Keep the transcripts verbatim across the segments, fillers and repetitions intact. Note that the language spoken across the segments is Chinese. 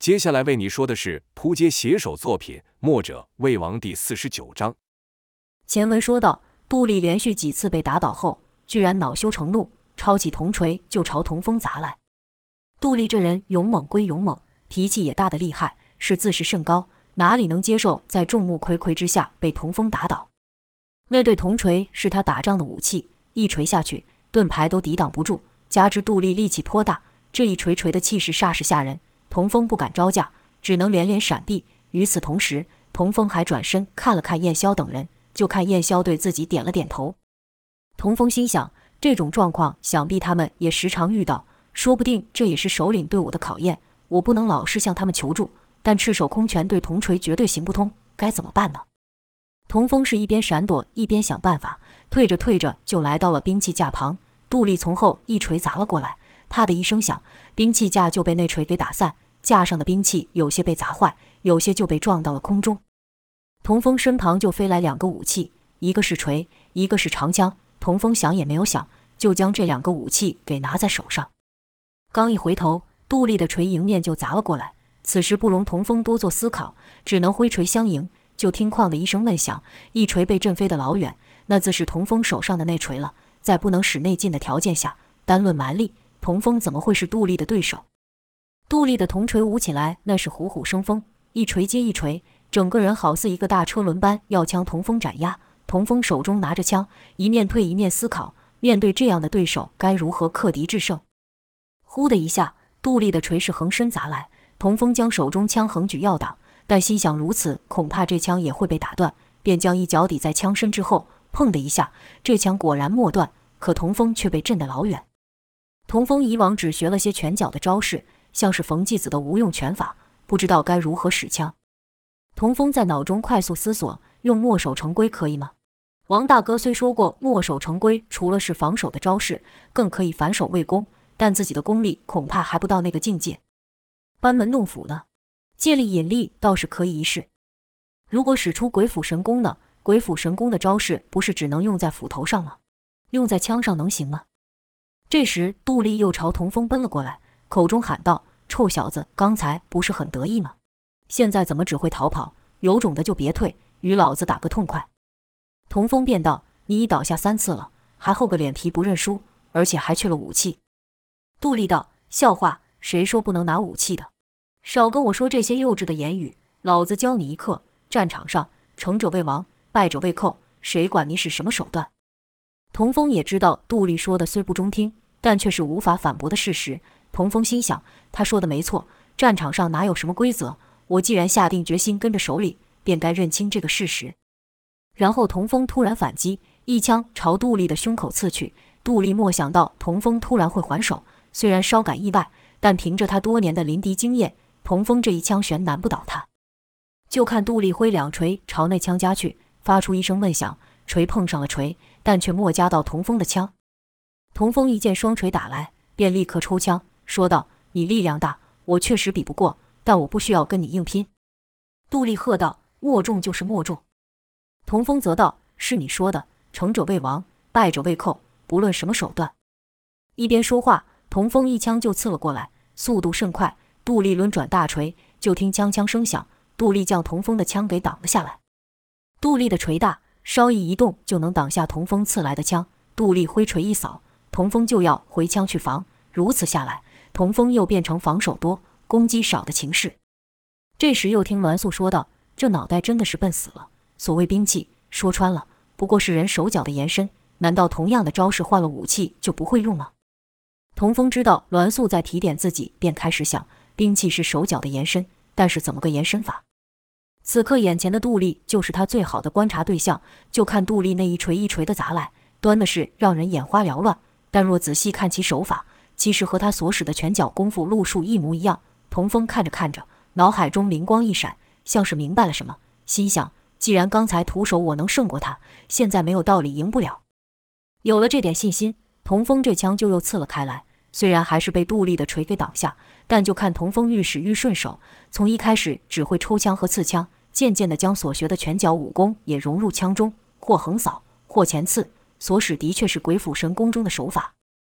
接下来为你说的是扑街写手作品《墨者魏王》第四十九章。 前文说到，杜丽连续几次被打倒后，居然恼羞成怒，抄起铜锤就朝童风砸来。杜丽这人勇猛归勇猛，脾气也大得厉害，是自视甚高，哪里能接受在众目睽睽之下被童风打倒？那对铜锤是他打仗的武器，一锤下去，盾牌都抵挡不住，加之杜丽力气颇大，这一锤锤的气势煞是吓人。童风不敢招架，只能连连闪避。与此同时，童风还转身看了看燕霄等人，就看燕霄对自己点了点头。童风心想，这种状况想必他们也时常遇到，说不定这也是首领对我的考验。我不能老是向他们求助，但赤手空拳对铜锤绝对行不通，该怎么办呢？童风是一边闪躲一边想办法，退着退着就来到了兵器架旁。杜丽从后一锤砸了过来，啪的一声响，兵器架就被那锤给打散，架上的兵器有些被砸坏，有些就被撞到了空中。童风身旁就飞来两个武器，一个是锤，一个是长枪。童风想也没有想，就将这两个武器给拿在手上。刚一回头，杜丽的锤迎面就砸了过来。此时不容童风多做思考，只能挥锤相迎。就听哐的一声闷响，一锤被震飞得老远，那自是童风手上的那锤了。在不能使内劲的条件下，单论蛮力，童风怎么会是杜丽的对手？杜丽的铜锤舞起来那是虎虎生风，一锤接一锤，整个人好似一个大车轮般要将童风斩压。童风手中拿着枪，一面退一面思考，面对这样的对手该如何克敌制胜。呼的一下，杜丽的锤是横身砸来，童风将手中枪横举要挡，但心想如此恐怕这枪也会被打断，便将一脚抵在枪身之后，砰的一下，这枪果然没断，可童风却被震得老远。童风以往只学了些拳脚的招式，像是冯继子的无用拳法，不知道该如何使枪。童风在脑中快速思索，用墨守成规可以吗？王大哥虽说过墨守成规除了是防守的招式，更可以反守为攻，但自己的功力恐怕还不到那个境界。班门弄斧呢？借力引力倒是可以一试。如果使出鬼斧神工呢？鬼斧神工的招式不是只能用在斧头上吗？用在枪上能行吗？这时杜丽又朝童风奔了过来，口中喊道：臭小子，刚才不是很得意吗？现在怎么只会逃跑？有种的就别退，与老子打个痛快。童风便道：你已倒下三次了，还厚个脸皮不认输，而且还去了武器。杜丽道：笑话，谁说不能拿武器的？少跟我说这些幼稚的言语，老子教你一课。战场上成者为王，败者为寇，谁管你使什么手段？童风也知道杜丽说的虽不中听，但却是无法反驳的事实。童风心想，他说的没错，战场上哪有什么规则？我既然下定决心跟着首领，便该认清这个事实。然后童风突然反击，一枪朝杜丽的胸口刺去。杜丽莫想到童风突然会还手，虽然稍感意外，但凭着他多年的临敌经验，童风这一枪悬难不倒他。就看杜丽挥两锤朝那枪夹去，发出一声闷响，锤碰上了锤，但却没夹到童风的枪。童风一见双锤打来，便立刻抽枪，说道：你力量大，我确实比不过，但我不需要跟你硬拼。杜丽喝道：默中就是默中。童风则道：是你说的，成者为王，败者为寇，不论什么手段。一边说话，童风一枪就刺了过来，速度甚快。杜丽抡转大锤，就听锵锵声响，杜丽将童风的枪给挡了下来。杜丽的锤大，稍一移动就能挡下童风刺来的枪。杜丽挥锤一扫，童风就要回枪去防，如此下来，童风又变成防守多攻击少的情势。这时又听栾素说道：这脑袋真的是笨死了，所谓兵器，说穿了不过是人手脚的延伸，难道同样的招式换了武器就不会用吗？童风知道栾素在提点自己，便开始想，兵器是手脚的延伸，但是怎么个延伸法？此刻眼前的杜丽就是他最好的观察对象，就看杜丽那一锤一锤的砸来，端的是让人眼花缭乱，但若仔细看其手法，其实和他所使的拳脚功夫路数一模一样。童风看着看着，脑海中灵光一闪，像是明白了什么，心想，既然刚才徒手我能胜过他，现在没有道理赢不了。有了这点信心，童风这枪就又刺了开来，虽然还是被杜丽的锤给挡下，但就看童风愈使愈顺手，从一开始只会抽枪和刺枪，渐渐地将所学的拳脚武功也融入枪中，或横扫，或前刺，所使的确是鬼斧神工中的手法。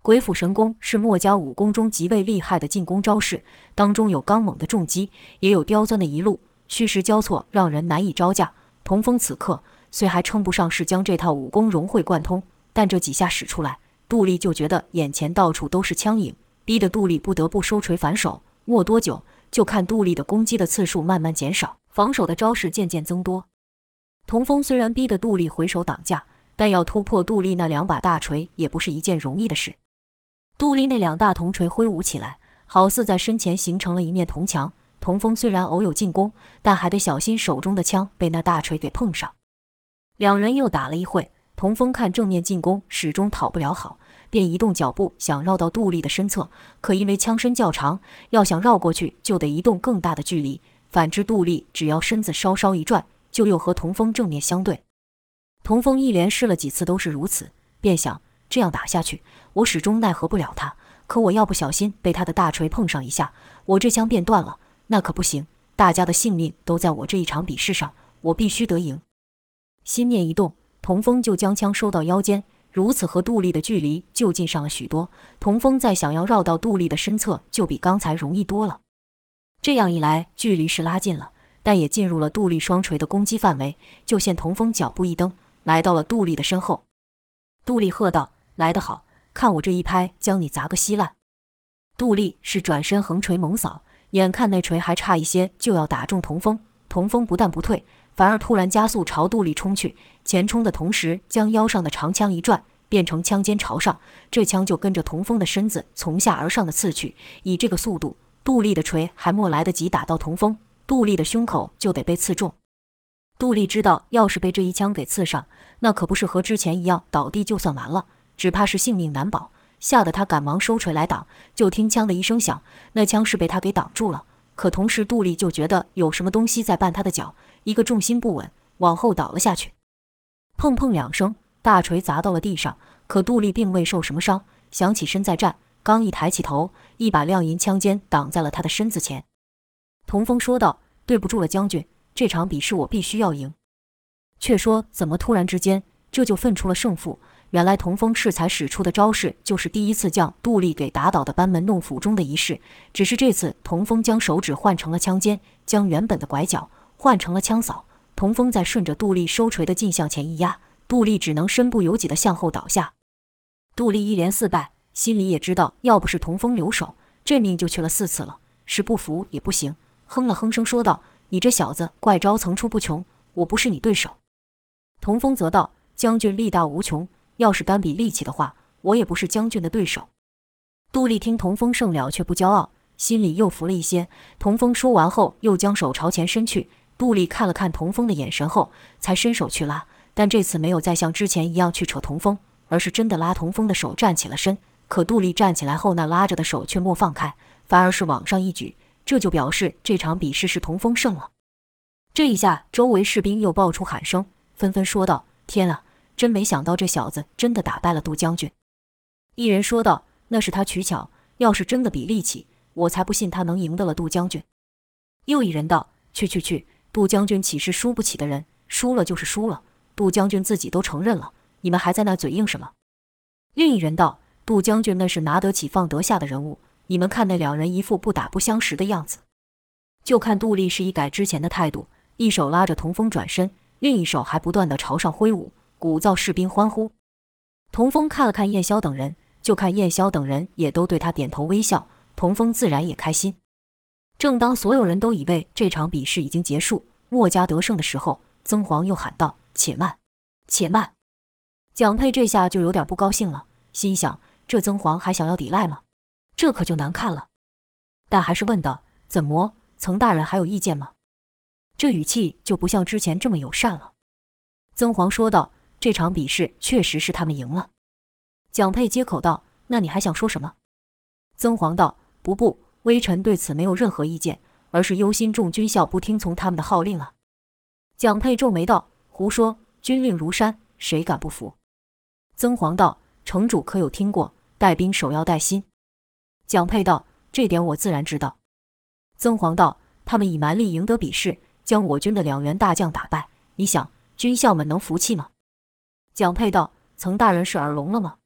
鬼斧神工是墨家武功中极为厉害的进攻招式，当中有刚猛的重击，也有刁钻的一路，虚实交错，让人难以招架。童风此刻虽还称不上是将这套武功融会贯通，但这几下使出来，杜丽就觉得眼前到处都是枪影，逼得杜丽不得不收锤反手。没多久，就看杜丽的攻击的次数慢慢减少，防守的招式渐渐增多。童风虽然逼得杜丽回手挡架，但要突破杜丽那两把大锤也不是一件容易的事。杜丽那两大铜锤挥舞起来，好似在身前形成了一面铜墙。童风虽然偶有进攻，但还得小心手中的枪被那大锤给碰上。两人又打了一会，童风看正面进攻始终讨不了好，便移动脚步想绕到杜丽的身侧，可因为枪身较长，要想绕过去就得移动更大的距离。反之，杜丽只要身子稍稍一转，就又和童风正面相对。童风一连试了几次都是如此，便想这样打下去，我始终奈何不了他。可我要不小心被他的大锤碰上一下，我这枪便断了，那可不行。大家的性命都在我这一场比试上，我必须得赢。心念一动，童风就将枪收到腰间，如此和杜丽的距离就近上了许多。童风再想要绕到杜丽的身侧，就比刚才容易多了。这样一来，距离是拉近了，但也进入了杜丽双锤的攻击范围。就见童风脚步一蹬，来到了杜丽的身后。杜丽喝道：“来得好，看我这一拍将你砸个稀烂！”杜丽是转身横锤猛扫，眼看那锤还差一些就要打中童风，童风不但不退，反而突然加速朝杜丽冲去，前冲的同时将腰上的长枪一转，变成枪尖朝上，这枪就跟着童风的身子从下而上的刺去。以这个速度，杜丽的锤还没来得及打到童风，杜丽的胸口就得被刺中。杜丽知道，要是被这一枪给刺上，那可不是和之前一样倒地就算完了，只怕是性命难保。吓得他赶忙收锤来挡，就听枪的一声响，那枪是被他给挡住了。可同时杜丽就觉得有什么东西在绊他的脚，一个重心不稳，往后倒了下去。碰碰两声，大锤砸到了地上，可杜丽并未受什么伤，想起身再战，刚一抬起头，一把亮银枪尖挡在了他的身子前。童风说道：“对不住了，将军，这场比试我必须要赢。”却说怎么突然之间这就分出了胜负。原来童风适才使出的招式就是第一次将杜丽给打倒的班门弄斧中的一式，只是这次童风将手指换成了枪尖，将原本的拐角换成了枪扫。童风再顺着杜丽收锤的劲向前一压，杜丽只能身不由己地向后倒下。杜丽一连四败，心里也知道要不是童风留手，这命就去了四次了，是不服也不行，哼了哼声说道：“你这小子怪招层出不穷，我不是你对手。”童风则道：“将军力大无穷，要是单比力气的话，我也不是将军的对手。”杜丽听童风胜了，却不骄傲，心里又服了一些。童风说完后，又将手朝前伸去。杜丽看了看童风的眼神后，才伸手去拉，但这次没有再像之前一样去扯童风，而是真的拉童风的手站起了身。可杜丽站起来后，那拉着的手却没放开，反而是往上一举，这就表示这场比试是童风胜了。这一下，周围士兵又爆出喊声，纷纷说道：“天啊！真没想到这小子真的打败了杜将军。”一人说道：“那是他取巧，要是真的比力气，我才不信他能赢得了杜将军。”又一人道：“去去去，杜将军岂是输不起的人？输了就是输了，杜将军自己都承认了，你们还在那嘴硬什么？”另一人道：“杜将军那是拿得起放得下的人物，你们看那两人一副不打不相识的样子。”就看杜丽是一改之前的态度，一手拉着童风转身，另一手还不断地朝上挥舞，鼓噪士兵欢呼。童风看了看燕霄等人，就看燕霄等人也都对他点头微笑，童风自然也开心。正当所有人都以为这场比试已经结束，墨家得胜的时候，曾黄又喊道：“且慢，且慢！”蒋佩这下就有点不高兴了，心想：这曾黄还想要抵赖吗？这可就难看了。但还是问道：“怎么，曾大人还有意见吗？”这语气就不像之前这么友善了。曾黄说道：“这场比试确实是他们赢了。”蒋佩接口道：“那你还想说什么？”曾黄道：“不不，微臣对此没有任何意见，而是忧心众军校不听从他们的号令了。”蒋佩皱眉道：“胡说，军令如山，谁敢不服？”曾黄道：“城主可有听过带兵手要带心？”蒋佩道：“这点我自然知道。”曾黄道：“他们以蛮力赢得比试，将我军的两员大将打败，你想军校们能服气吗？”蒋佩道：“曾大人是耳聋了吗？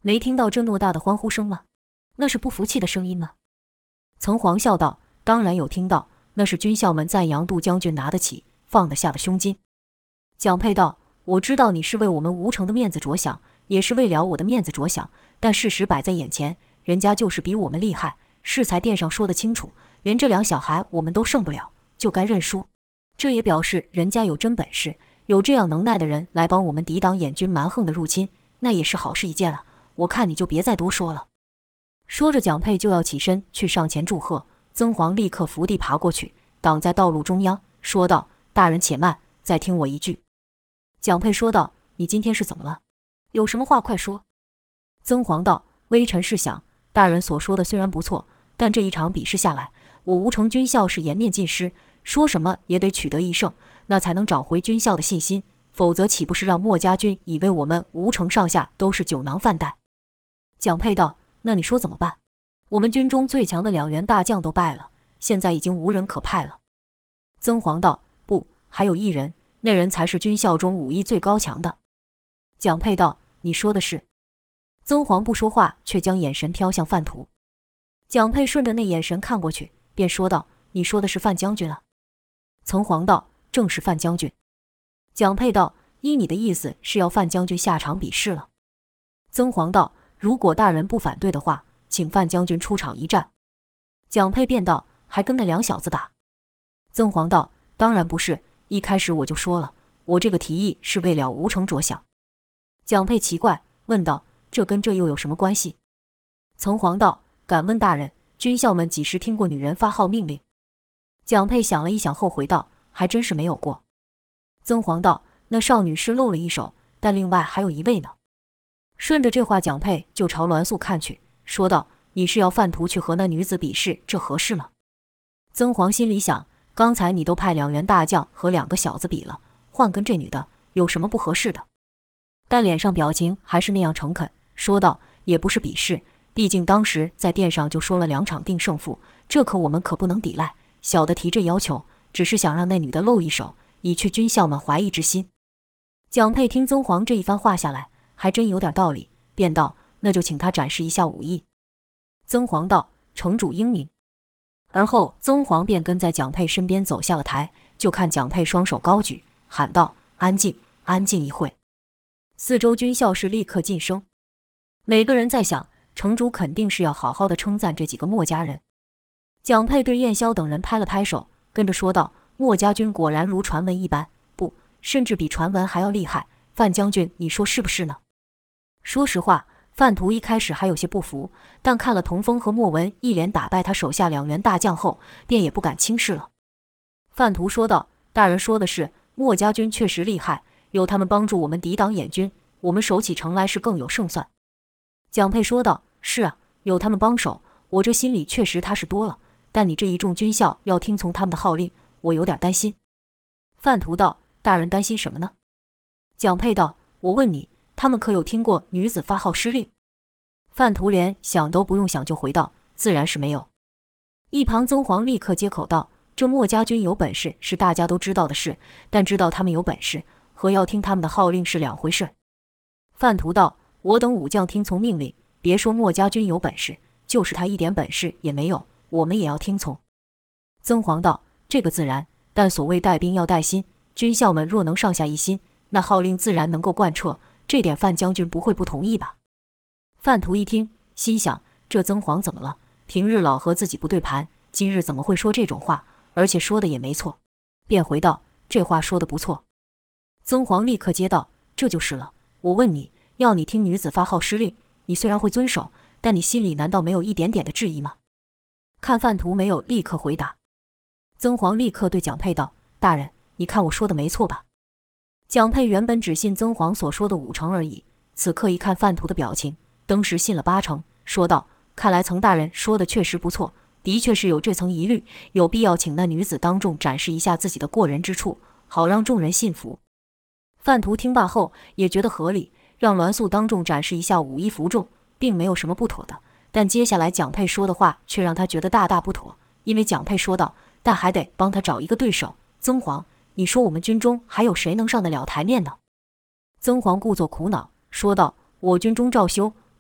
没听到这偌大的欢呼声吗？那是不服气的声音吗？曾黄笑道：当然有听到，那是军校们赞扬杜将军拿得起放得下的胸襟。蒋佩道：我知道你是为我们吴城的面子着想，也是为了我的面子着想，但事实摆在眼前，人家就是比我们厉害，适才殿上说得清楚，连这两小孩我们都胜不了，就该认输。这也表示人家有真本事，有这样能耐的人来帮我们抵挡眼军蛮横的入侵，那也是好事一件了。我看你就别再多说了。说着，蒋佩就要起身去上前祝贺，曾黄立刻伏地爬过去，挡在道路中央，说道：大人且慢，再听我一句。蒋佩说道：你今天是怎么了？有什么话快说。曾黄道：微臣是想，大人所说的虽然不错，但这一场比试下来，我吴城军校是颜面尽失，说什么也得取得一胜，那才能找回军校的信心，否则岂不是让墨家军以为我们吴城上下都是酒囊饭袋？蒋佩道：那你说怎么办？我们军中最强的两员大将都败了，现在已经无人可派了。曾黄道：不，还有一人，那人才是军校中武艺最高强的。蒋佩道：你说的是？曾黄不说话，却将眼神飘向范图。蒋佩顺着那眼神看过去，便说道：你说的是范将军啊？曾黄道：正是范将军。蒋佩道：依你的意思是要范将军下场比试了。曾黄道：如果大人不反对的话，请范将军出场一战。蒋佩便道：还跟那两小子打？曾黄道：当然不是，一开始我就说了，我这个提议是为了吴城着想。蒋佩奇怪问道：这跟这又有什么关系？曾黄道：敢问大人，军校们几时听过女人发号命令？蒋佩想了一想后回道：还真是没有过。曾黄道：那少女是漏了一手，但另外还有一位呢。顺着这话，蒋佩就朝栾素看去，说道：你是要范图去和那女子比试，这合适吗？曾黄心里想，刚才你都派两员大将和两个小子比了，换跟这女的有什么不合适的？但脸上表情还是那样诚恳，说道：也不是比试，毕竟当时在殿上就说了两场定胜负，这可我们可不能抵赖。小的提这要求，只是想让那女的露一手，以去军校们怀疑之心。蒋佩听曾黄这一番话下来，还真有点道理，便道：那就请他展示一下武艺。曾黄道：城主英明。而后曾黄便跟在蒋佩身边走下了台，就看蒋佩双手高举，喊道：安静，安静一会。四周军校士立刻噤声，每个人在想，城主肯定是要好好的称赞这几个墨家人。蒋佩对燕霄等人拍了拍手，跟着说道：墨家军果然如传闻一般，不，甚至比传闻还要厉害。范将军，你说是不是呢？说实话，范图一开始还有些不服，但看了童风和莫文一连打败他手下两员大将后，便也不敢轻视了。范图说道：大人说的是，墨家军确实厉害，有他们帮助我们抵挡眼军，我们守起城来是更有胜算。蒋佩说道：是啊，有他们帮手，我这心里确实踏实多了，但你这一众军校要听从他们的号令，我有点担心。范图道：大人担心什么呢？蒋佩道：我问你，他们可有听过女子发号施令？范图连想都不用想就回道：自然是没有。一旁曾黄立刻接口道：这墨家军有本事是大家都知道的事，但知道他们有本事和要听他们的号令是两回事。范图道：我等武将听从命令，别说墨家军有本事，就是他一点本事也没有，我们也要听从。曾黄道：这个自然，但所谓带兵要带心，军校们若能上下一心，那号令自然能够贯彻，这点范将军不会不同意吧？范图一听，心想：这曾黄怎么了？平日老和自己不对盘，今日怎么会说这种话？而且说的也没错，便回道：这话说的不错。曾黄立刻接道：这就是了。我问你，要你听女子发号施令，你虽然会遵守，但你心里难道没有一点点的质疑吗？看范图没有立刻回答，曾黄立刻对蒋佩道：大人，你看我说的没错吧？蒋佩原本只信曾黄所说的五成而已，此刻一看范图的表情，登时信了八成，说道：看来曾大人说的确实不错，的确是有这层疑虑，有必要请那女子当众展示一下自己的过人之处，好让众人信服。范图听罢后也觉得合理，让栾素当众展示一下武艺服众，并没有什么不妥的，但接下来蒋佩说的话却让他觉得大大不妥，因为蒋佩说道：但还得帮他找一个对手。曾黄，你说我们军中还有谁能上得了台面呢？曾黄故作苦恼说道：我军中赵修、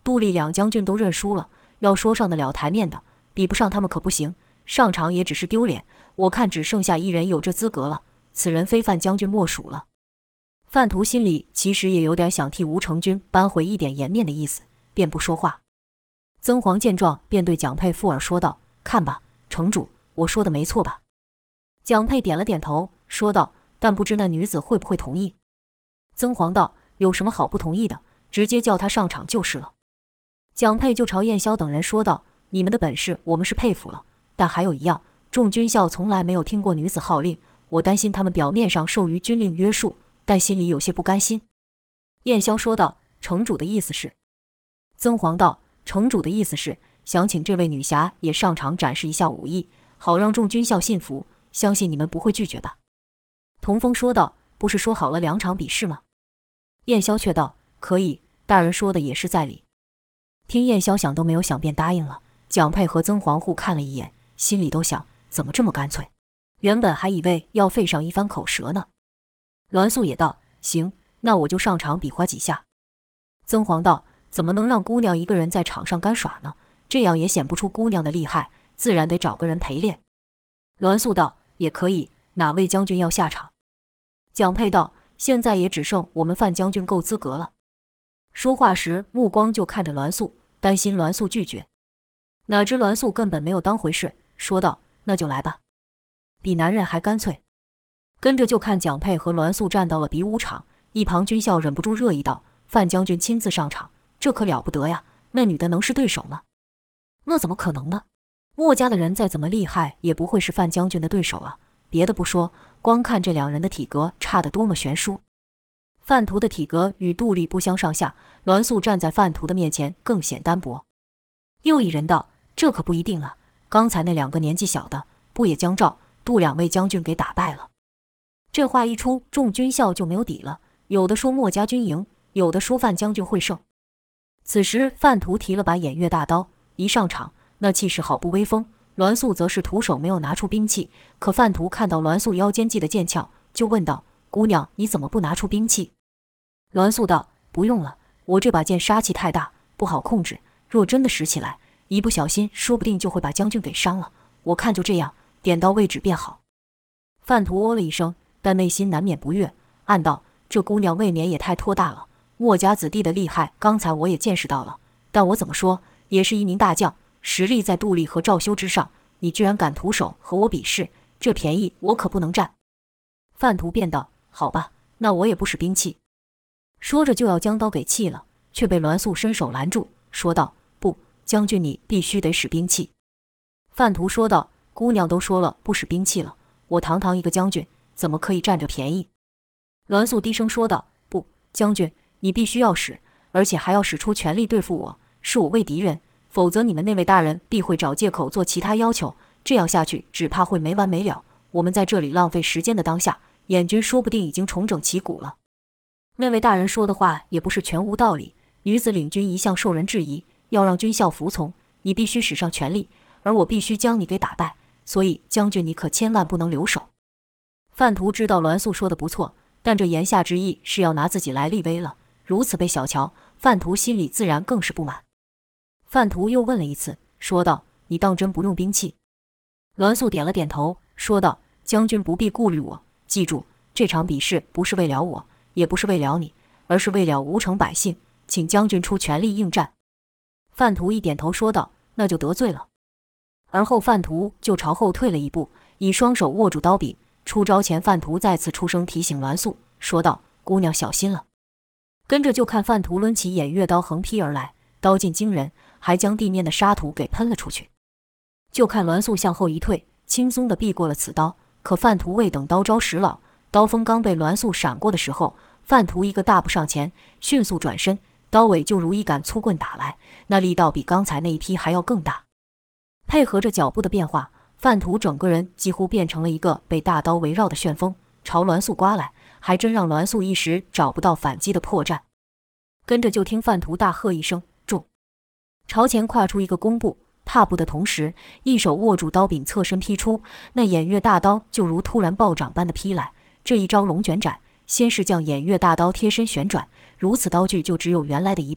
杜丽两将军都认输了，要说上得了台面的，比不上他们可不行，上场也只是丢脸。我看只剩下一人有这资格了，此人非范将军莫属了。范图心里其实也有点想替吴成军扳回一点颜面的意思，便不说话。曾黄见状，便对蒋佩附耳说道：“看吧，城主，我说的没错吧？”蒋佩点了点头，说道：“但不知那女子会不会同意。”曾黄道：“有什么好不同意的？直接叫她上场就是了。”蒋佩就朝燕霄等人说道：“你们的本事我们是佩服了，但还有一样，众军校从来没有听过女子号令，我担心他们表面上受于军令约束，但心里有些不甘心。”燕霄说道：“城主的意思是？”曾黄道：“城主的意思是想请这位女侠也上场展示一下武艺，好让众军校信服，相信你们不会拒绝吧？”童风说道：“不是说好了两场比试吗？”燕霄却道：“可以，大人说的也是在理。”听燕霄想都没有想便答应了。蒋佩和曾黄互看了一眼，心里都想：怎么这么干脆？原本还以为要费上一番口舌呢。栾素也道：“行，那我就上场比划几下。”曾黄道：“怎么能让姑娘一个人在场上干耍呢？这样也显不出姑娘的厉害，自然得找个人陪练。”栾素道：“也可以，哪位将军要下场？”蒋佩道：“现在也只剩我们范将军够资格了。”说话时目光就看着栾素，担心栾素拒绝。哪知栾素根本没有当回事，说道：“那就来吧。”比男人还干脆。跟着就看蒋佩和栾素站到了比武场，一旁军校忍不住热议道：“范将军亲自上场，这可了不得呀！那女的能是对手吗？”“那怎么可能呢？墨家的人再怎么厉害，也不会是范将军的对手啊！别的不说，光看这两人的体格差得多么悬殊。范图的体格与杜丽不相上下，栾素站在范图的面前更显单薄。”又一人道：“这可不一定啊，刚才那两个年纪小的，不也将赵、杜两位将军给打败了？”这话一出，众军校就没有底了，有的说墨家军赢，有的说范将军会胜。此时范图提了把偃月大刀，一上场，那气势好不威风。栾素则是徒手没有拿出兵器，可范图看到栾素腰间系的剑鞘，就问道：“姑娘，你怎么不拿出兵器？”栾素道：“不用了，我这把剑杀气太大，不好控制，若真的使起来，一不小心说不定就会把将军给伤了。我看就这样，点到位置便好。”范图哦了一声，但内心难免不悦，暗道：“这姑娘未免也太托大了。墨家子弟的厉害，刚才我也见识到了，但我怎么说也是一名大将，实力在杜丽和赵修之上。你居然敢徒手和我比试，这便宜我可不能占。”范图便道：“好吧，那我也不使兵器。”说着就要将刀给弃了，却被栾素伸手拦住，说道：“不，将军你必须得使兵器。”范图说道：“姑娘都说了不使兵器了，我堂堂一个将军，怎么可以占着便宜？”栾素低声说道：“不，将军，你必须要使，而且还要使出全力对付我，是我为敌人，否则你们那位大人必会找借口做其他要求，这样下去只怕会没完没了。我们在这里浪费时间的当下，燕军说不定已经重整旗鼓了。”那位大人说的话也不是全无道理，女子领军一向受人质疑，要让军校服从，你必须使上全力，而我必须将你给打败，所以将军你可千万不能留手。范图知道栾素说的不错，但这言下之意是要拿自己来立威了，如此被小瞧，范图心里自然更是不满。范图又问了一次，说道：“你当真不用兵器？”栾素点了点头，说道：“将军不必顾虑我，记住，这场比试不是为了我，也不是为了你，而是为了吴城百姓，请将军出全力应战。”范图一点头说道：“那就得罪了。”而后范图就朝后退了一步，以双手握住刀柄。出招前，范图再次出声提醒栾素，说道：“姑娘小心了。”跟着就看范图抡起偃月刀横劈而来，刀劲惊人，还将地面的沙土给喷了出去。就看栾素向后一退，轻松地避过了此刀。可范图未等刀招使老，刀锋刚被栾素闪过的时候，范图一个大步上前，迅速转身，刀尾就如一杆粗棍打来，那力道比刚才那一劈还要更大。配合着脚步的变化，范图整个人几乎变成了一个被大刀围绕的旋风，朝栾素刮来，还真让栾素一时找不到反击的破绽。跟着就听范图大喝一声：“住！”朝前跨出一个弓步，踏步的同时，一手握住刀柄，侧身劈出，那偃月大刀就如突然暴涨般的劈来。这一招龙卷斩，先是将偃月大刀贴身旋转，如此刀具就只有原来的一半，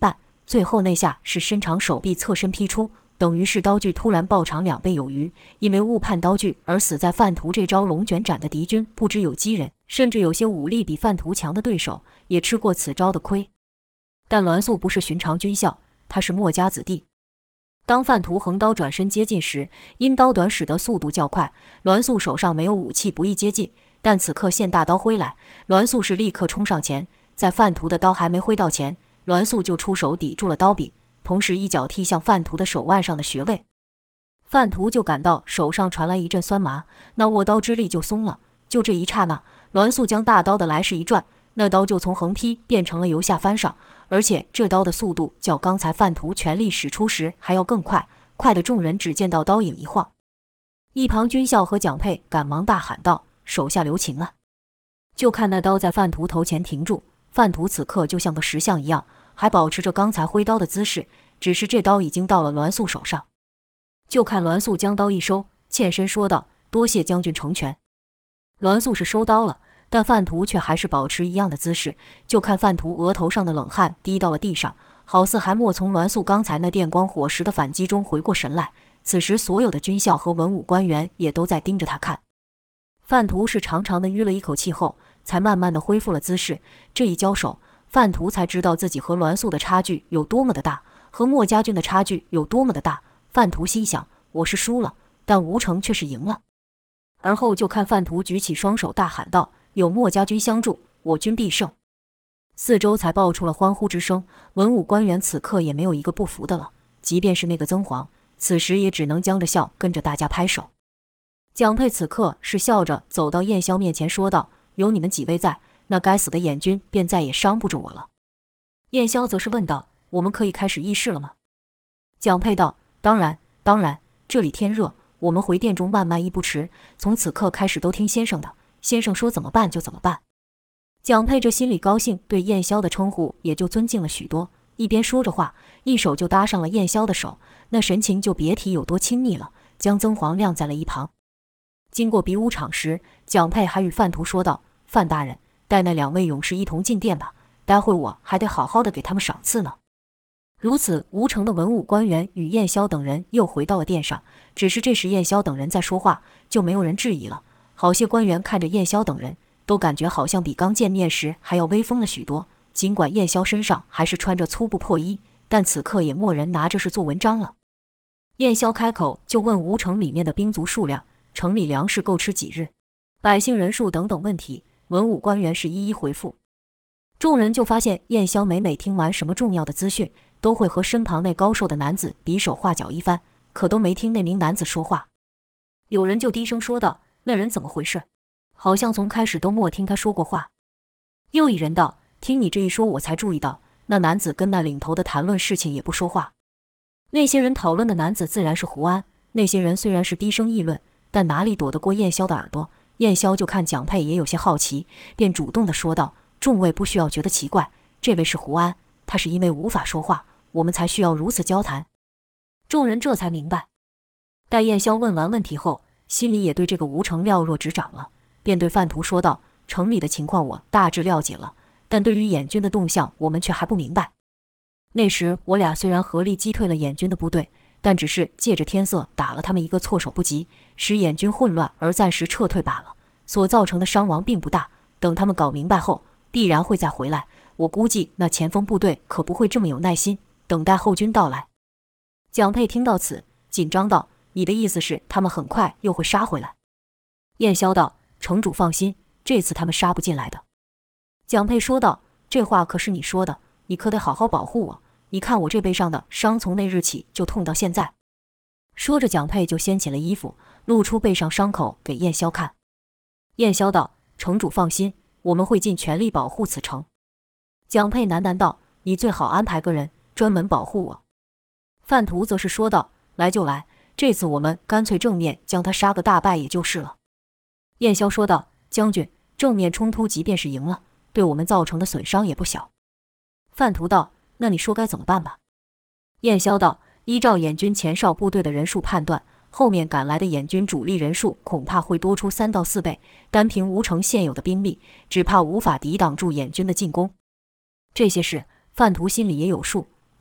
最后那下是伸长手臂侧身劈出，等于是刀具突然爆长两倍有余。因为误判刀具而死在范图这招龙卷斩的敌军不知有几人，甚至有些武力比范图强的对手也吃过此招的亏。但栾素不是寻常军校，他是墨家子弟。当范图横刀转身接近时，因刀短使得速度较快，栾素手上没有武器不易接近，但此刻现大刀挥来，栾素是立刻冲上前，在范图的刀还没挥到前，栾素就出手抵住了刀柄，同时一脚踢向范图的手腕上的穴位。范图就感到手上传来一阵酸麻，那握刀之力就松了。就这一刹那，栾素将大刀的来势一转，那刀就从横劈变成了由下翻上，而且这刀的速度较刚才范图全力使出时还要更快，快的众人只见到刀影一晃。一旁军校和蒋佩赶忙大喊道：“手下留情了！”就看那刀在范图头前停住，范图此刻就像个石像一样，还保持着刚才挥刀的姿势，只是这刀已经到了栾素手上。就看栾素将刀一收，欠身说道：“多谢将军成全。”栾素是收刀了，但范图却还是保持一样的姿势。就看范图额头上的冷汗滴到了地上，好似还没从栾素刚才那电光火石的反击中回过神来。此时所有的军校和文武官员也都在盯着他看。范图是长长的吁了一口气后，才慢慢的恢复了姿势。这一交手，范图才知道自己和栾素的差距有多么的大，和墨家军的差距有多么的大。范图心想：我是输了，但吴成却是赢了。而后就看范图举起双手大喊道：“有墨家军相助，我军必胜！”四周才爆出了欢呼之声，文武官员此刻也没有一个不服的了，即便是那个曾皇，此时也只能僵着笑跟着大家拍手。蒋佩此刻是笑着走到燕霄面前说道：“有你们几位在，那该死的燕军便再也伤不住我了。”燕霄则是问道：“我们可以开始议事了吗？”蒋佩道：“当然，当然，这里天热，我们回殿中慢慢议不迟，从此刻开始都听先生的，先生说怎么办就怎么办。”蒋佩这心里高兴，对燕霄的称呼也就尊敬了许多，一边说着话，一手就搭上了燕霄的手，那神情就别提有多亲密了，将曾皇晾在了一旁。经过比武场时，蒋佩还与范图说道：“范大人，带那两位勇士一同进殿吧，待会我还得好好的给他们赏赐呢。”如此，吴城的文武官员与燕霄等人又回到了殿上，只是这时燕霄等人在说话，就没有人质疑了。好些官员看着燕霄等人，都感觉好像比刚见面时还要威风了许多。尽管燕霄身上还是穿着粗布破衣，但此刻也没人拿着是做文章了。燕霄开口就问吴城里面的兵卒数量，城里粮食够吃几日，百姓人数等等问题，文武官员是一一回复。众人就发现燕霄每每听完什么重要的资讯，都会和身旁那高瘦的男子比手画脚一番，可都没听那名男子说话。有人就低声说道：“那人怎么回事？好像从开始都没听他说过话。”又一人道：“听你这一说，我才注意到，那男子跟那领头的谈论事情也不说话。”那些人讨论的男子自然是胡安。那些人虽然是低声议论，但哪里躲得过燕霄的耳朵？燕霄就看蒋佩也有些好奇，便主动地说道：“众位不需要觉得奇怪，这位是胡安，他是因为无法说话，我们才需要如此交谈。”众人这才明白。待燕霄问完问题后，心里也对这个吴城了若指掌了，便对范图说道：“城里的情况我大致了解了，但对于眼军的动向，我们却还不明白。那时我俩虽然合力击退了眼军的部队，但只是借着天色打了他们一个措手不及，使眼军混乱而暂时撤退罢了，所造成的伤亡并不大。等他们搞明白后，必然会再回来。我估计那前锋部队可不会这么有耐心，等待后军到来。”蒋佩听到此，紧张道：“你的意思是他们很快又会杀回来？”燕霄道：“城主放心，这次他们杀不进来的。”蒋佩说道：“这话可是你说的，你可得好好保护我。你看我这背上的伤，从那日起就痛到现在。”说着，蒋佩就掀起了衣服，露出背上伤口给燕霄看。燕霄道：“城主放心，我们会尽全力保护此城。”蒋佩喃喃道：“你最好安排个人专门保护我。”范图则是说道：“来就来，这次我们干脆正面将他杀个大败也就是了。”燕霄说道：“将军，正面冲突即便是赢了，对我们造成的损伤也不小。”范图道：“那你说该怎么办吧？”燕霄道：“依照眼军前哨部队的人数判断，后面赶来的眼军主力人数恐怕会多出三到四倍，单凭吴城现有的兵力，只怕无法抵挡住眼军的进攻。”这些事范图心里也有数，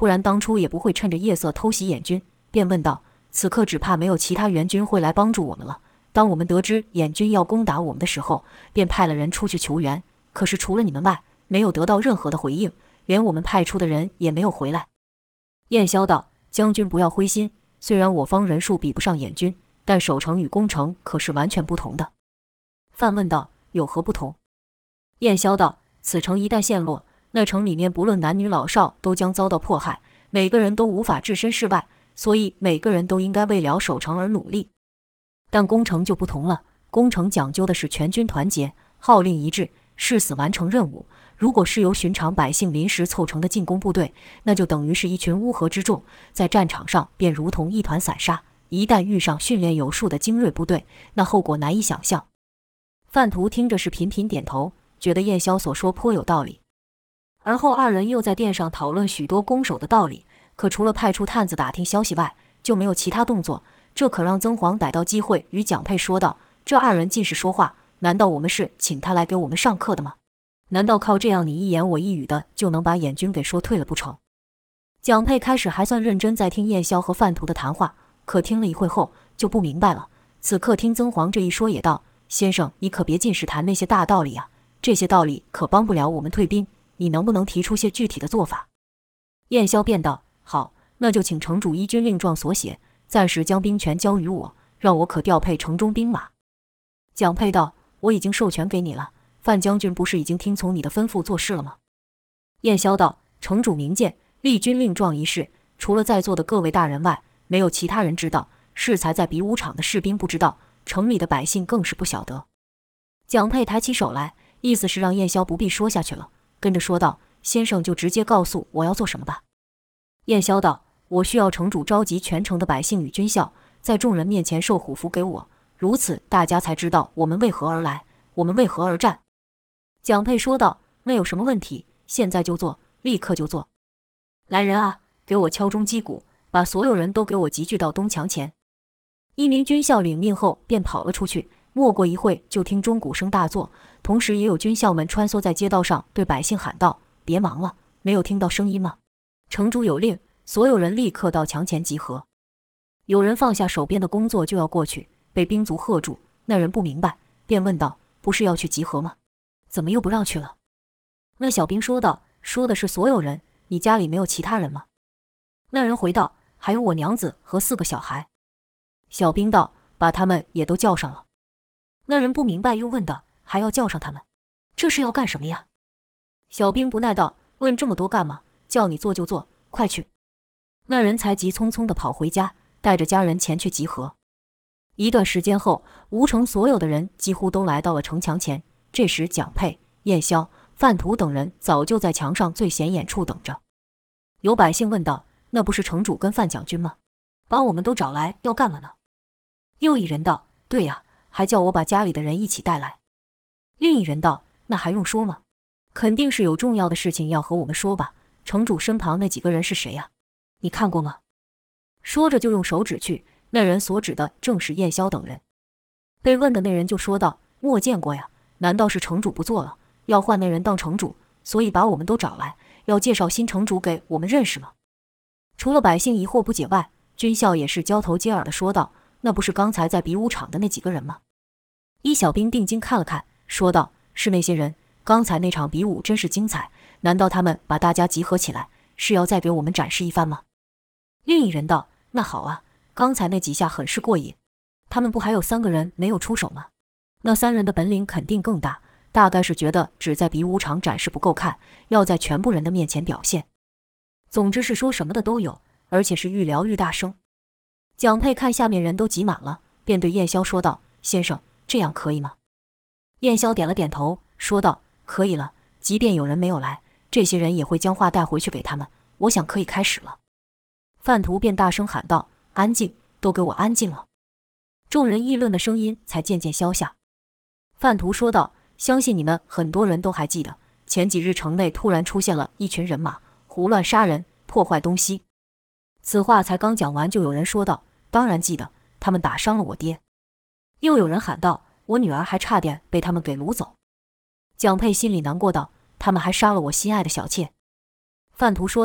不然当初也不会趁着夜色偷袭眼军。便问道：此刻只怕没有其他援军会来帮助我们了。当我们得知眼军要攻打我们的时候，便派了人出去求援，可是除了你们外，没有得到任何的回应，连我们派出的人也没有回来。燕萧道：将军不要灰心，虽然我方人数比不上眼军，但守城与攻城可是完全不同的。范问道：有何不同？燕萧道：此城一旦陷落，那城里面不论男女老少都将遭到迫害，每个人都无法置身事外，所以每个人都应该为了守城而努力。但攻城就不同了，攻城讲究的是全军团结，号令一致，誓死完成任务。如果是由寻常百姓临时凑成的进攻部队，那就等于是一群乌合之众，在战场上便如同一团散沙。一旦遇上训练有素的精锐部队，那后果难以想象。范图听着是频频点头，觉得燕萧所说颇有道理。而后二人又在殿上讨论许多攻守的道理，可除了派出探子打听消息外，就没有其他动作。这可让曾黄逮到机会与蒋佩说道：这二人尽是说话，难道我们是请他来给我们上课的吗？难道靠这样你一言我一语的就能把眼军给说退了不成？蒋佩开始还算认真在听燕萧和范图的谈话，可听了一会后就不明白了。此刻听曾黄这一说，也道：先生，你可别尽是谈那些大道理啊，这些道理可帮不了我们退兵，你能不能提出些具体的做法？燕萧便道：好，那就请城主依军令状所写，暂时将兵权交于我，让我可调配城中兵马。蒋佩道：我已经授权给你了，范将军不是已经听从你的吩咐做事了吗？燕萧道：城主明鉴，立军令状一事，除了在座的各位大人外，没有其他人知道，适才在比武场的士兵不知道，城里的百姓更是不晓得。蒋佩抬起手来，意思是让燕萧不必说下去了，跟着说道：先生就直接告诉我要做什么吧。燕萧道：我需要城主召集全城的百姓与军校，在众人面前授虎符给我，如此大家才知道我们为何而来，我们为何而战。蒋佩说道：那有什么问题？现在就做，立刻就做。来人啊，给我敲钟击鼓，把所有人都给我集聚到东墙前。一名军校领命后便跑了出去，没过一会就听钟鼓声大作，同时也有军校们穿梭在街道上对百姓喊道：别忙了，没有听到声音吗？城主有令，所有人立刻到墙前集合。有人放下手边的工作就要过去，被兵卒喝住。那人不明白，便问道：不是要去集合吗？怎么又不让去了？那小兵说道：说的是所有人，你家里没有其他人吗？那人回道：还有我娘子和四个小孩。小兵道：把他们也都叫上了。那人不明白，又问道：还要叫上他们？这是要干什么呀？小兵不耐道：问这么多干嘛？叫你做就做，快去。那人才急匆匆地跑回家，带着家人前去集合。一段时间后，吴城所有的人几乎都来到了城墙前。这时蒋佩、燕萧、范图等人早就在墙上最显眼处等着。有百姓问道：那不是城主跟范将军吗？把我们都找来要干嘛呢？又一人道：对呀，还叫我把家里的人一起带来。另一人道：那还用说吗？肯定是有重要的事情要和我们说吧。城主身旁那几个人是谁呀？你看过吗？说着就用手指去，那人所指的正是燕萧等人。被问的那人就说道：没见过呀，难道是城主不做了，要换那人当城主，所以把我们都找来，要介绍新城主给我们认识吗？除了百姓疑惑不解外，军校也是交头接耳的说道：那不是刚才在比武场的那几个人吗？一小兵定睛看了看，说道：是那些人，刚才那场比武真是精彩，难道他们把大家集合起来，是要再给我们展示一番吗？另一人道：那好啊，刚才那几下很是过瘾，他们不还有三个人没有出手吗？那三人的本领肯定更大，大概是觉得只在比武场展示不够看，要在全部人的面前表现。总之是说什么的都有，而且是愈聊愈大声。蒋佩看下面人都挤满了，便对燕萧说道：先生，这样可以吗？燕萧点了点头，说道：可以了，即便有人没有来，这些人也会将话带回去给他们，我想可以开始了。范图便大声喊道：安静，都给我安静了。众人议论的声音才渐渐消下。范图说道：相信你们很多人都还记得，前几日城内突然出现了一群人马，胡乱杀人，破坏东西。此话才刚讲完，就有人说道：当然记得，他们打伤了我爹。又有人喊道：我女儿还差点被他们给掳走。蒋佩心里难过道：他们还杀了我心爱的小妾。范图说道：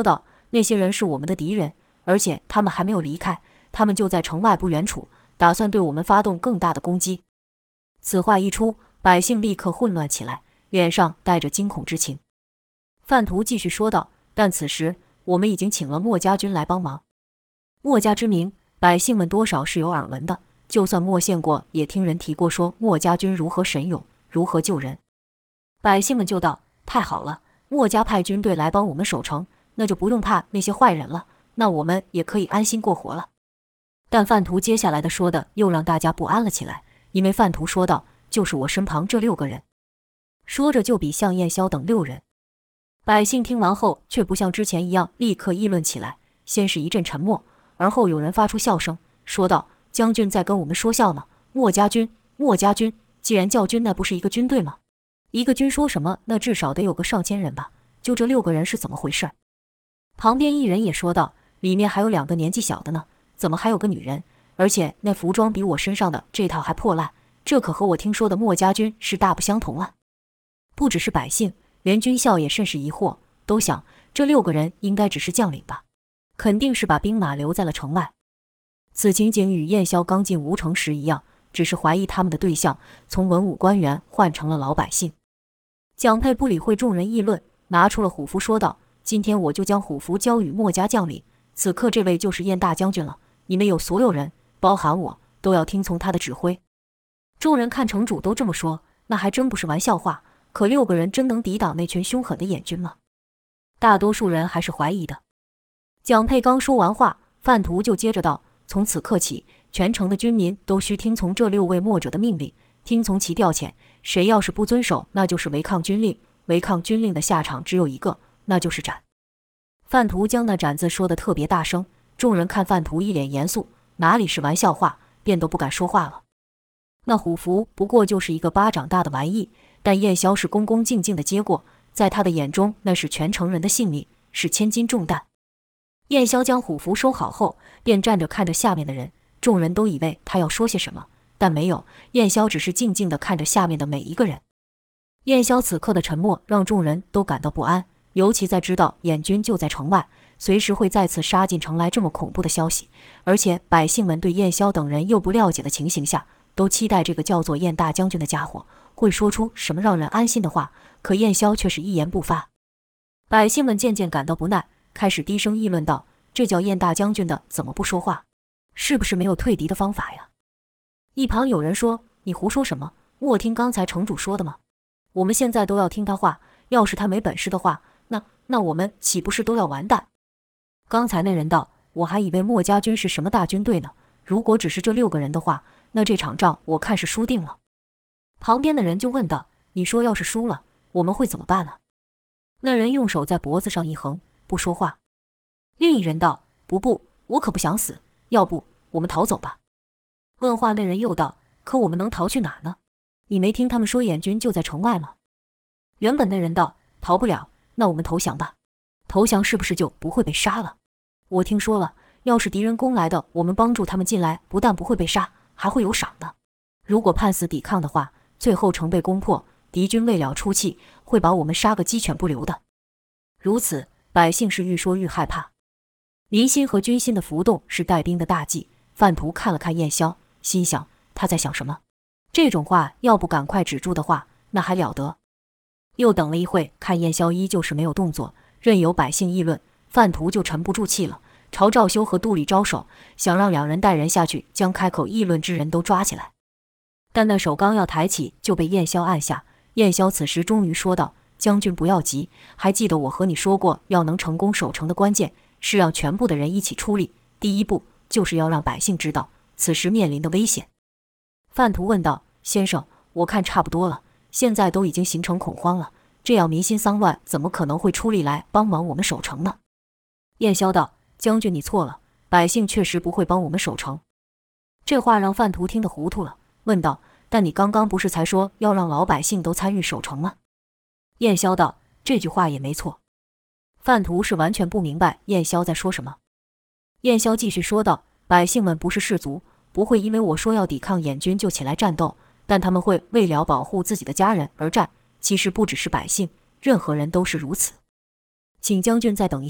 那些人是我们的敌人，而且他们还没有离开，他们就在城外不远处，打算对我们发动更大的攻击。”此话一出，百姓立刻混乱起来，脸上带着惊恐之情。范图继续说道：“但此时我们已经请了墨家军来帮忙。墨家之名，百姓们多少是有耳闻的，就算没见过，也听人提过说墨家军如何神勇，如何救人。”百姓们就道：“太好了，墨家派军队来帮我们守城，那就不用怕那些坏人了，那我们也可以安心过活了。”但范图接下来的说的又让大家不安了起来，因为范图说道：“就是我身旁这六个人。”说着就比向燕霄等六人。百姓听完后却不像之前一样立刻议论起来，先是一阵沉默，而后有人发出笑声，说道：“将军在跟我们说笑吗？墨家军，墨家军，既然叫军，那不是一个军队吗？一个军说什么，那至少得有个上千人吧？就这六个人是怎么回事？”旁边一人也说道：“里面还有两个年纪小的呢，怎么还有个女人？而且那服装比我身上的这套还破烂，这可和我听说的墨家军是大不相同啊！”不只是百姓，连军校也甚是疑惑，都想这六个人应该只是将领吧，肯定是把兵马留在了城外。此情景与燕霄刚进吴城时一样，只是怀疑他们的对象从文武官员换成了老百姓。蒋佩不理会众人议论，拿出了虎符说道：“今天我就将虎符交与墨家将领，此刻这位就是燕大将军了，你们有所有人，包含我，都要听从他的指挥。”众人看城主都这么说，那还真不是玩笑话。可六个人真能抵挡那群凶狠的燕军吗？大多数人还是怀疑的。蒋佩刚说完话，范图就接着道：“从此刻起，全城的军民都需听从这六位墨者的命令，听从其调遣。谁要是不遵守，那就是违抗军令。违抗军令的下场只有一个，那就是斩。”范图将那斩字说得特别大声，众人看范图一脸严肃，哪里是玩笑话，便都不敢说话了。那虎符不过就是一个巴掌大的玩意，但燕霄是恭恭敬敬地接过，在他的眼中，那是全城人的性命，是千斤重担。燕霄将虎符收好后，便站着看着下面的人，众人都以为他要说些什么，但没有，燕霄只是静静地看着下面的每一个人。燕霄此刻的沉默让众人都感到不安，尤其在知道燕军就在城外，随时会再次杀进城来这么恐怖的消息，而且百姓们对燕霄等人又不了解的情形下，都期待这个叫做燕大将军的家伙会说出什么让人安心的话，可燕霄却是一言不发。百姓们渐渐感到不耐，开始低声议论道：“这叫燕大将军的怎么不说话？是不是没有退敌的方法呀？”一旁有人说：“你胡说什么？我听刚才城主说的吗？我们现在都要听他话，要是他没本事的话，那那我们岂不是都要完蛋？”刚才那人道：“我还以为墨家军是什么大军队呢，如果只是这六个人的话，那这场仗我看是输定了。”旁边的人就问道：“你说要是输了，我们会怎么办呢？”那人用手在脖子上一横，不说话。另一人道：“不不，我可不想死，要不我们逃走吧。”问话那人又道：“可我们能逃去哪呢？你没听他们说燕军就在城外吗？”原本那人道：“逃不了，那我们投降吧。投降是不是就不会被杀了？我听说了，要是敌人攻来的，我们帮助他们进来，不但不会被杀，还会有赏的。如果判死抵抗的话，最后城被攻破，敌军未了出气，会把我们杀个鸡犬不留的。”如此，百姓是愈说愈害怕。民心和军心的浮动是带兵的大忌。范图看了看燕霄，心想他在想什么？这种话要不赶快止住的话，那还了得？又等了一会，看燕霄依旧是没有动作，任由百姓议论，范图就沉不住气了，朝赵修和杜丽招手，想让两人带人下去将开口议论之人都抓起来。但那手刚要抬起，就被燕霄按下。燕霄此时终于说道：“将军不要急，还记得我和你说过，要能成功守城的关键是让全部的人一起出力，第一步就是要让百姓知道此时面临的危险。”范图问道：“先生，我看差不多了，现在都已经形成恐慌了，这样民心丧乱，怎么可能会出力来帮忙我们守城呢？”燕霄道：“将军你错了，百姓确实不会帮我们守城。”这话让范图听得糊涂了，问道：“但你刚刚不是才说要让老百姓都参与守城吗？”燕霄道：“这句话也没错。”范图是完全不明白燕霄在说什么。燕霄继续说道：“百姓们不是士卒，不会因为我说要抵抗燕军就起来战斗，但他们会为了保护自己的家人而战。其实不只是百姓，任何人都是如此。请将军再等一下，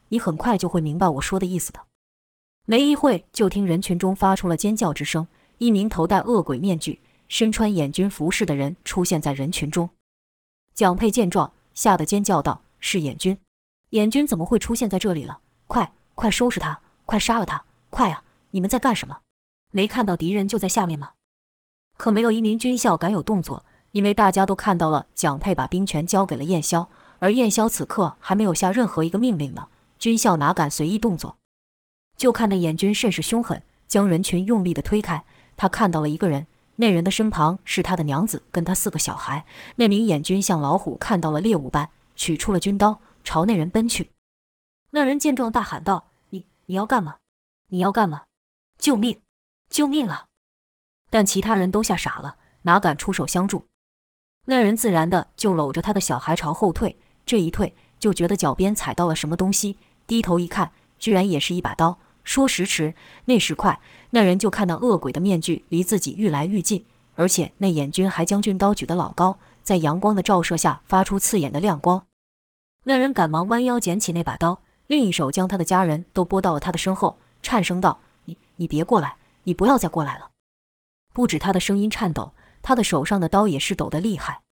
你很快就会明白我说的意思的。”没一会，就听人群中发出了尖叫之声，一名头戴恶鬼面具、身穿眼军服饰的人出现在人群中。蒋佩见状，吓得尖叫道：“是眼军！眼军怎么会出现在这里了？快快收拾他，快杀了他，快啊！你们在干什么？没看到敌人就在下面吗？”可没有一名军校敢有动作，因为大家都看到了蒋佩把兵权交给了燕霄，而燕霄此刻还没有下任何一个命令呢，军校哪敢随意动作？就看那眼军甚是凶狠，将人群用力地推开。他看到了一个人，那人的身旁是他的娘子跟他四个小孩。那名眼军像老虎看到了猎物般，取出了军刀，朝那人奔去。那人见状大喊道：“你你要干嘛？你要干嘛？救命！救命啊！”但其他人都吓傻了，哪敢出手相助。那人自然的就搂着他的小孩朝后退，这一退就觉得脚边踩到了什么东西，低头一看，居然也是一把刀。说时迟，那时快，那人就看到恶鬼的面具离自己愈来愈近，而且那眼军还将军刀举得老高，在阳光的照射下发出刺眼的亮光。那人赶忙弯腰捡起那把刀，另一手将他的家人都拨到了他的身后，颤声道：“你你别过来，你不要再过来了。”不止他的声音颤抖，他的手上的刀也是抖得厉害。